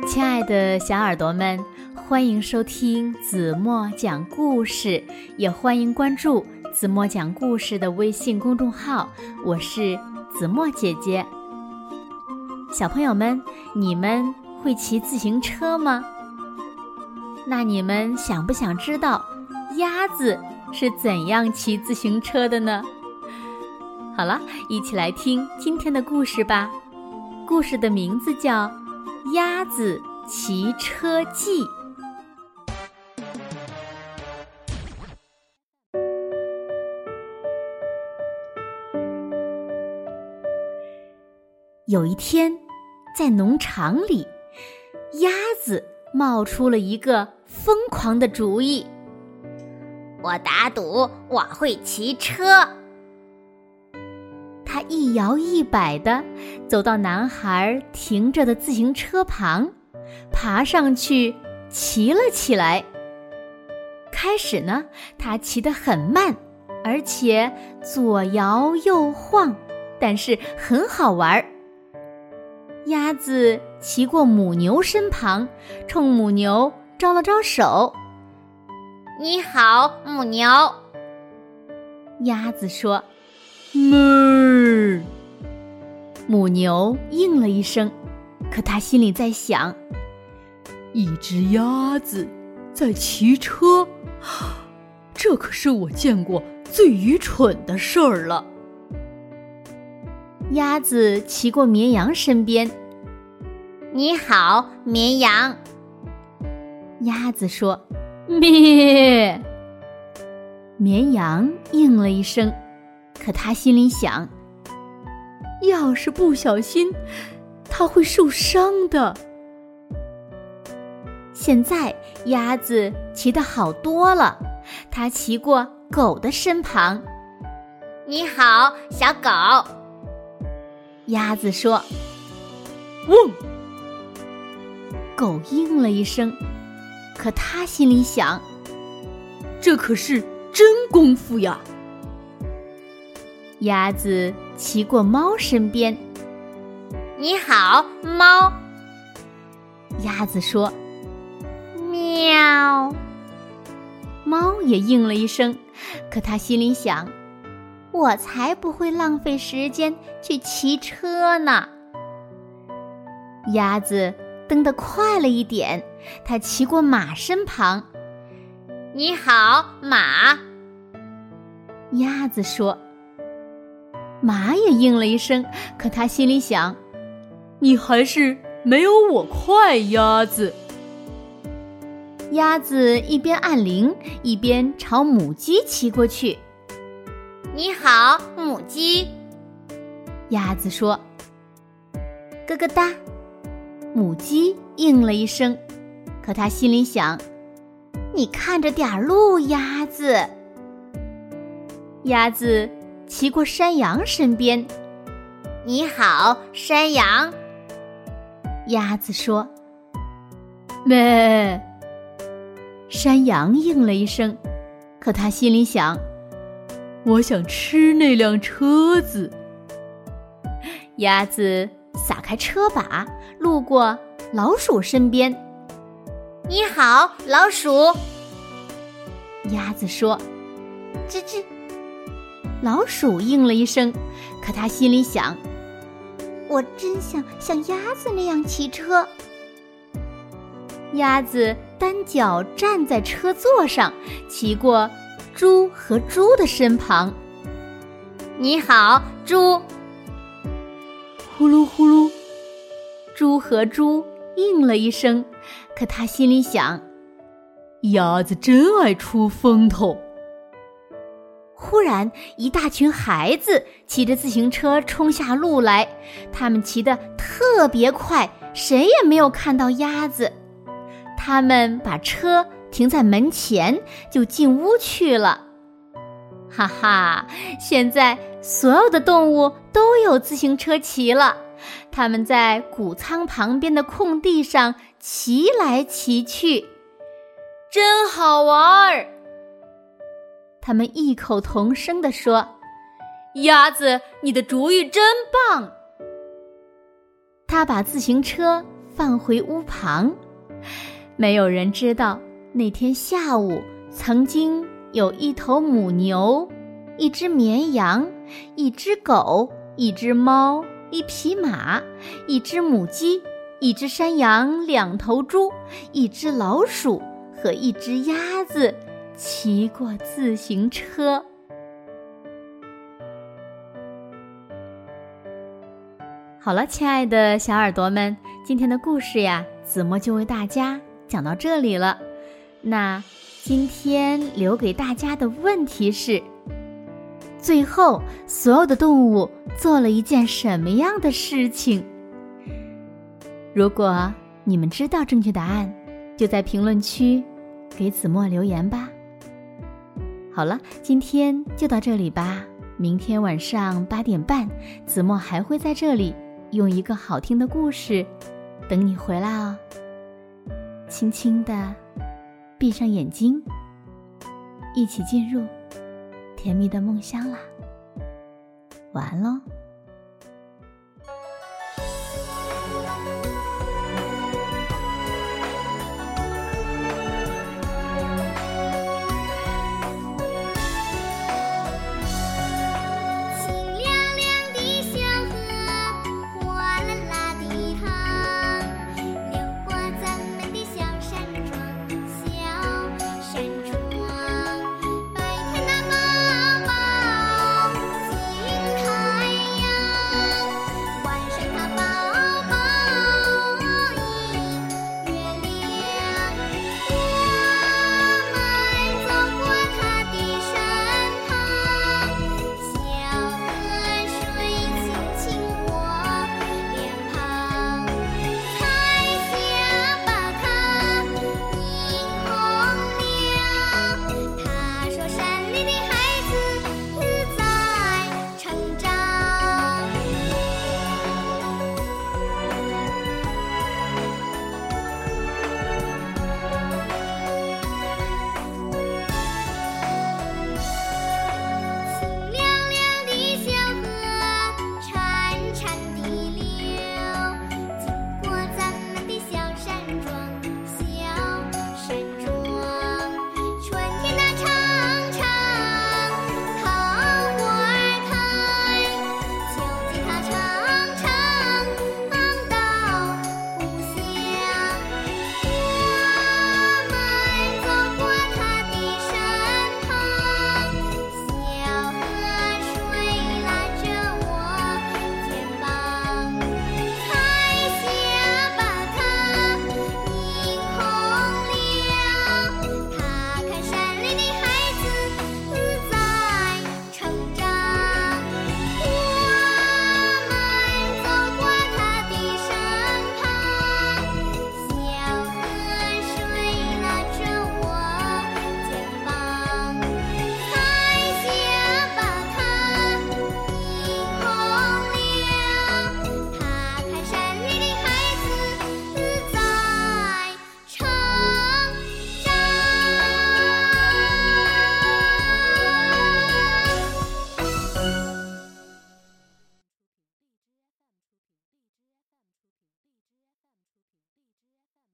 亲爱的小耳朵们，欢迎收听子墨讲故事，也欢迎关注子墨讲故事的微信公众号，我是子墨姐姐。小朋友们，你们会骑自行车吗？那你们想不想知道鸭子是怎样骑自行车的呢？好了，一起来听今天的故事吧。故事的名字叫《鸭子骑车记》。有一天，在农场里，鸭子冒出了一个疯狂的主意。 我打赌我会骑车。 他一摇一摆地走到男孩停着的自行车旁，爬上去骑了起来。开始呢，他骑得很慢，而且左摇右晃，但是很好玩。鸭子骑过母牛身旁，冲母牛招了招手。 你好，母牛。 鸭子说哞。母牛应了一声，可他心里在想， 一只鸭子在骑车，这可是我见过最愚蠢的事儿了。 鸭子骑过绵羊身边。 你好，绵羊。 鸭子说咩。绵羊应了一声，可他心里想，要是不小心，它会受伤的。现在鸭子骑得好多了，它骑过狗的身旁。 你好，小狗。 鸭子说汪。 狗应了一声，可他心里想， 这可是真功夫呀。 鸭子骑过猫身边。 你好，猫。 鸭子说喵。 猫也应了一声，可他心里想，我才不会浪费时间去骑车呢。鸭子蹬得快了一点，它骑过马身旁。 你好，马。 鸭子说。马也应了一声，可他心里想， 你还是没有我快，鸭子。 鸭子一边按铃，一边朝母鸡骑过去。 你好，母鸡。 鸭子说咯咯哒。母鸡应了一声，可他心里想，你看着点路，鸭子。鸭子骑过山羊身边。 你好，山羊。 鸭子说咩。山羊应了一声，可他心里想， 我想吃那辆车子。 鸭子撒开车把，路过老鼠身边。 你好，老鼠。 鸭子说吱吱。 老鼠应了一声，可他心里想，我真想像鸭子那样骑车。鸭子单脚站在车座上，骑过猪和猪的身旁。 你好，猪。 呼噜呼噜。 猪和猪应了一声，可他心里想， 鸭子真爱出风头。 忽然，一大群孩子骑着自行车冲下路来，他们骑得特别快，谁也没有看到鸭子。他们把车停在门前，就进屋去了。哈哈，现在所有的动物都有自行车骑了，他们在谷仓旁边的空地上骑来骑去， 真好玩儿。 他们异口同声地说， 鸭子，你的主意真棒。 他把自行车放回屋旁。没有人知道，那天下午曾经有一头母牛，一只绵羊，一只狗，一只猫，一匹马，一只母鸡，一只山羊，2头猪，一只老鼠和一只鸭子骑过自行车。好了，亲爱的小耳朵们，今天的故事呀，子墨就为大家讲到这里了。那今天留给大家的问题是，最后所有的动物做了一件什么样的事情？如果你们知道正确答案，就在评论区给子墨留言吧。好了，今天就到这里吧。明天晚上8点半，子墨还会在这里用一个好听的故事等你回来哦。轻轻地闭上眼睛，一起进入甜蜜的梦乡啦。晚安喽。